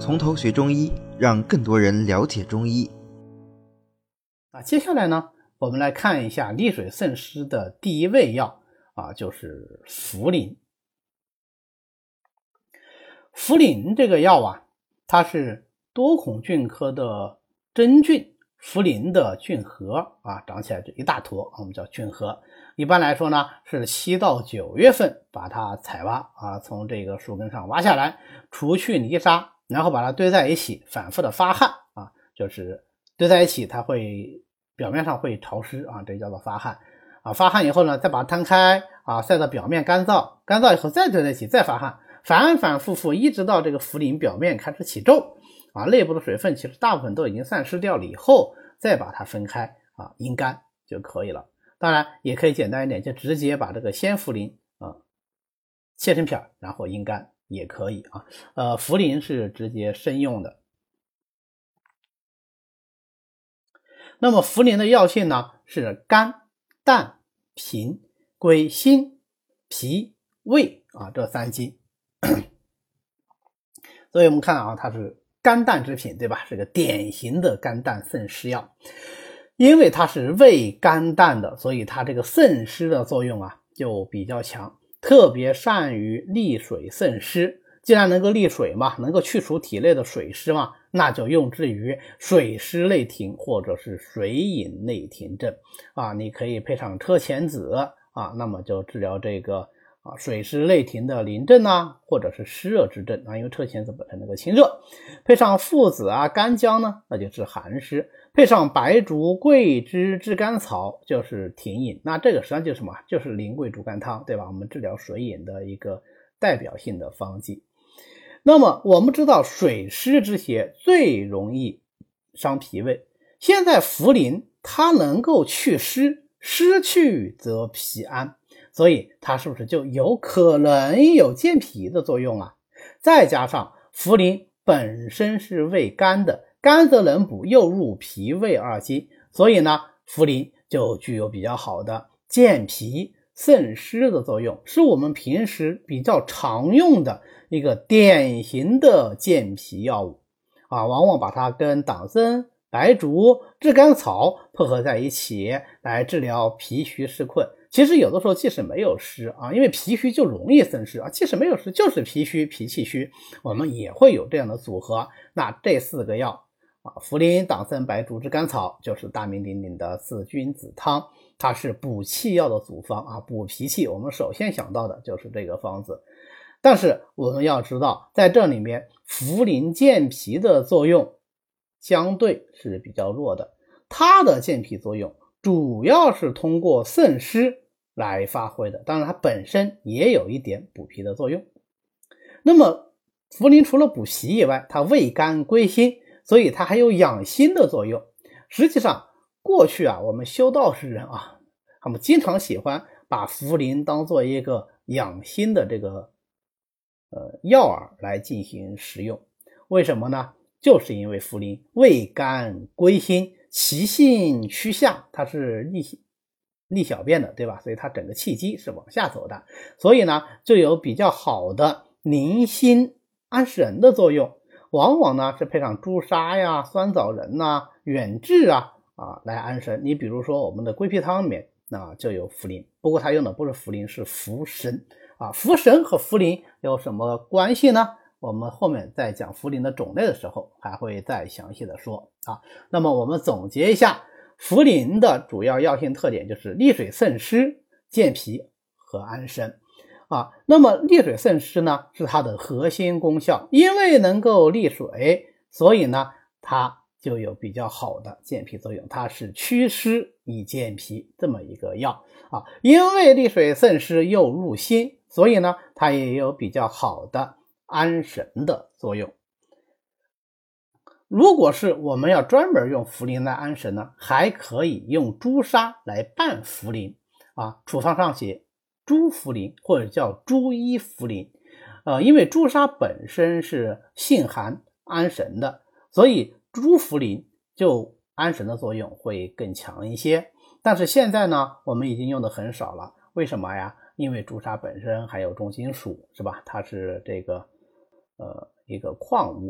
从头学中医，让更多人了解中医。 接下来呢，我们来看一下利水渗湿的第一味药就是茯苓。茯苓这个药它是多孔菌科的真菌茯苓的菌核长起来就一大坨，我们叫菌核。一般来说呢，是7到9月份把它采挖从这个树根上挖下来，除去泥沙，然后把它堆在一起，反复的发汗就是堆在一起，它会表面上会潮湿这叫做发汗发汗以后呢，再把它摊开晒到表面干燥，干燥以后再堆在一起，再发汗，反反复复，一直到这个茯苓表面开始起皱内部的水分其实大部分都已经散失掉了以后，再把它分开阴干就可以了。当然也可以简单一点，就直接把这个鲜茯苓切成片，然后阴干也可以茯苓是直接生用的。那么茯苓的药性呢是肝、胆、脾、归心、脾、胃这3经。所以我们看它是肝胆之品，对吧？是个典型的肝胆渗湿药。因为它是味甘淡的，所以它这个渗湿的作用就比较强，特别善于利水渗湿。既然能够利水嘛，能够去除体内的水湿嘛，那就用之于水湿内停或者是水饮内停症你可以配上车前子那么就治疗这个水湿内停的淋症或者是湿热之症因为车前子本身能够清热，配上附子干姜呢，那就治寒湿，配上白术、桂枝、炙甘草就是停饮。那这个实际上就是什么？就是苓桂竹甘汤，对吧？我们治疗水饮的一个代表性的方剂。那么我们知道水湿之邪最容易伤脾胃，现在茯苓它能够祛湿，湿去则脾安，所以它是不是就有可能有健脾的作用再加上茯苓本身是味甘的，甘则能补，又入脾胃2经，所以呢茯苓就具有比较好的健脾渗湿的作用，是我们平时比较常用的一个典型的健脾药物往往把它跟党参、白术、炙甘草配合在一起来治疗脾虚湿困。其实有的时候即使没有湿因为脾虚就容易渗湿即使没有湿就是脾虚、脾气虚，我们也会有这样的组合。那这4个药茯苓、党参、白术、炙甘草就是大名鼎鼎的4君子汤，它是补气药的组方补脾气我们首先想到的就是这个方子。但是我们要知道，在这里面茯苓健脾的作用相对是比较弱的，它的健脾作用主要是通过渗湿来发挥的，当然它本身也有一点补脾的作用。那么茯苓除了补脾以外，它味甘归心，所以它还有养心的作用。实际上过去我们修道士人他们经常喜欢把茯苓当做一个养心的这个药饵来进行食用。为什么呢？就是因为茯苓味甘归心，其性趋下，它是利小便的，对吧？所以它整个气机是往下走的，所以呢就有比较好的宁心安神的作用。往往呢是配上朱砂呀、酸枣仁远志来安神。你比如说我们的归脾汤里面就有茯苓，不过它用的不是茯苓，是茯神茯神和茯苓有什么关系呢？我们后面在讲茯苓的种类的时候还会再详细的说那么我们总结一下，茯苓的主要药性特点就是利水渗湿、健脾和安神那么利水渗湿呢是它的核心功效，因为能够利水，所以呢它就有比较好的健脾作用，它是祛湿以健脾这么一个药因为利水渗湿又入心，所以呢它也有比较好的安神的作用。如果是我们要专门用茯苓来安神呢，还可以用朱砂来拌茯苓处方上写猪茯苓或者叫猪衣茯苓因为朱砂本身是性寒安神的，所以猪茯苓就安神的作用会更强一些。但是现在呢我们已经用的很少了，为什么呀？因为朱砂本身含有重金属，是吧？它是这个一个矿物，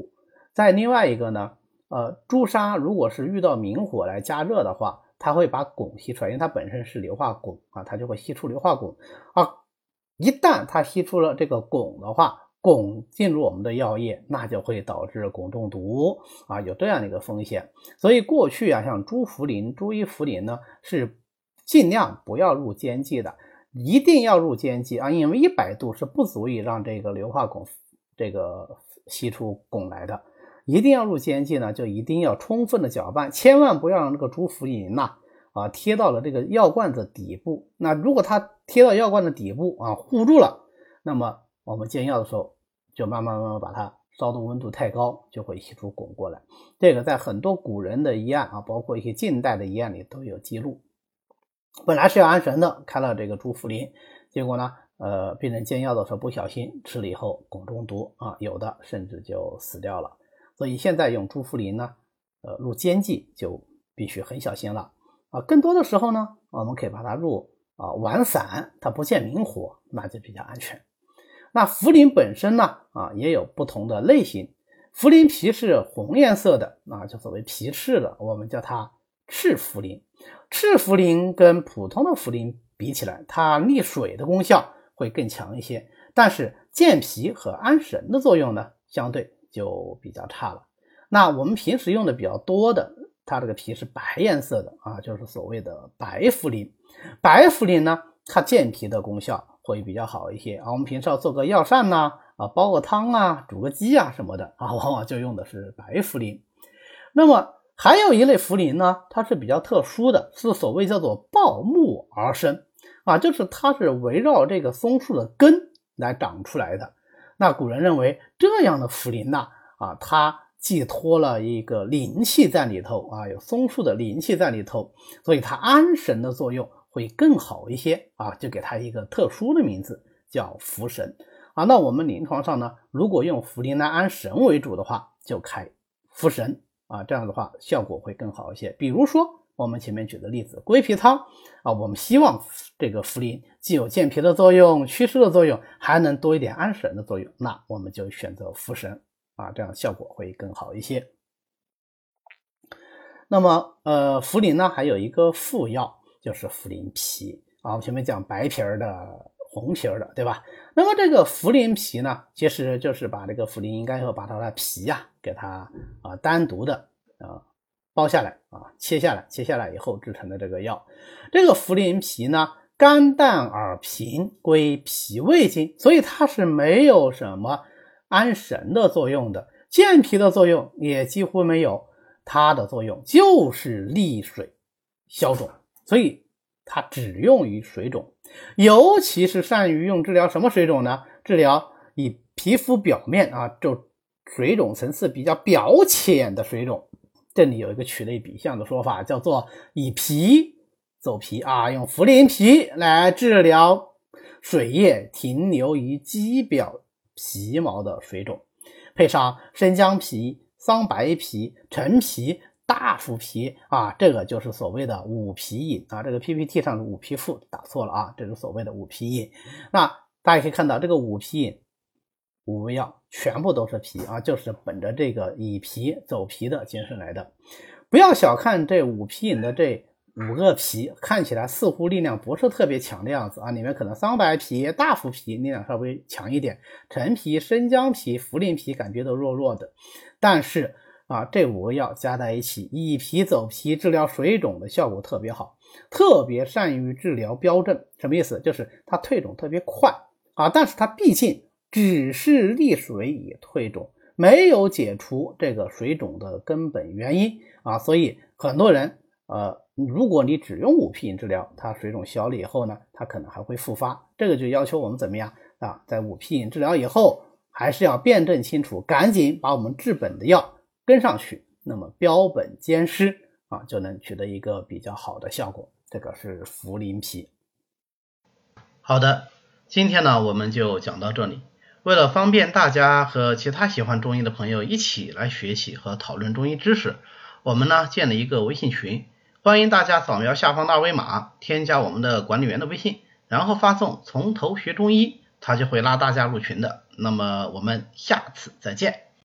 再另外一个呢，朱砂如果是遇到明火来加热的话，它会把汞吸出来，因为它本身是硫化汞啊，它就会吸出硫化汞啊。一旦它吸出了这个汞的话，汞进入我们的药液，那就会导致汞中毒啊，有这样的一个风险。所以过去啊，像朱茯苓、朱衣茯苓呢，是尽量不要入煎剂的，一定要入煎剂啊，因为100度是不足以让这个硫化汞这个吸出汞来的。一定要入煎剂呢，就一定要充分的搅拌，千万不要让这个朱茯苓呐贴到了这个药罐子底部。那如果它贴到药罐的底部啊，糊住了，那么我们煎药的时候就慢慢把它烧的温度太高，就会吸出汞过来。这个在很多古人的医案啊，包括一些近代的医案里都有记录。本来是要安神的，开了这个朱茯苓，结果呢病人煎药的时候不小心吃了以后汞中毒啊，有的甚至就死掉了。所以现在用朱茯苓呢入煎剂就必须很小心了啊。更多的时候呢，我们可以把它入丸散，它不见明火，那就比较安全。那茯苓本身呢也有不同的类型，茯苓皮是红颜色的啊，就所谓皮赤的，我们叫它赤茯苓。赤茯苓跟普通的茯苓比起来，它利水的功效会更强一些，但是健脾和安神的作用呢，相对就比较差了。那我们平时用的比较多的，它这个皮是白颜色的啊，就是所谓的白茯苓。白茯苓呢，它健脾的功效会比较好一些啊。我们平时要做个药膳呐煲个汤啊，煮个鸡啊什么的啊，往往就用的是白茯苓。那么还有一类茯苓呢，它是比较特殊的，是所谓叫做抱木而生啊，就是它是围绕这个松树的根来长出来的。那古人认为这样的茯苓呢它寄托了一个灵气在里头啊，有松树的灵气在里头，所以它安神的作用会更好一些啊，就给它一个特殊的名字叫茯神啊。那我们临床上呢，如果用茯苓来安神为主的话，就开茯神啊，这样的话效果会更好一些。比如说我们前面举的例子归脾汤啊，我们希望这个茯苓既有健脾的作用、祛湿的作用，还能多一点安神的作用，那我们就选择茯神啊，这样效果会更好一些。那么茯苓呢还有一个副药，就是茯苓皮啊，我们前面讲白皮的、红皮的，对吧？那么这个茯苓皮呢，其实就是把这个茯苓应该会把它的皮给它单独的剥下来切下来以后制成的这个药。这个茯苓皮呢，甘淡而平，归脾胃经，所以它是没有什么安神的作用的，健脾的作用也几乎没有，它的作用就是利水消肿，所以它只用于水肿，尤其是善于用治疗什么水肿呢？治疗以皮肤表面就水肿层次比较表浅的水肿。这里有一个取类比象的说法，叫做以皮走皮用茯苓皮来治疗水液停留于肌表皮毛的水肿，配上生姜皮、桑白皮、陈皮、大槲皮这个就是所谓的五皮饮这个 PPT 上的五皮腹打错了这是所谓的五皮饮。那大家可以看到这个五皮饮5味药全部都是皮就是本着这个以皮走皮的精神来的。不要小看这五皮饮的这5个皮，看起来似乎力量不是特别强的样子里面可能桑白皮、大槲皮力量稍微强一点，陈皮、生姜皮、茯苓皮感觉都弱弱的，但是这5个药加在一起，以皮走皮治疗水肿的效果特别好，特别善于治疗标症。什么意思？就是它退肿特别快但是它毕竟只是利水以退肿，没有解除这个水肿的根本原因所以很多人如果你只用五皮饮治疗，它水肿消了以后呢，它可能还会复发。这个就要求我们怎么样在五皮饮治疗以后，还是要辩证清楚，赶紧把我们治本的药跟上去，那么标本兼施就能取得一个比较好的效果。这个是茯苓皮。 好的，今天呢我们就讲到这里。为了方便大家和其他喜欢中医的朋友一起来学习和讨论中医知识，我们呢建了一个微信群，欢迎大家扫描下方的二维码，添加我们的管理员的微信，然后发送从头学中医，他就会拉大家入群的。那么我们下次再见。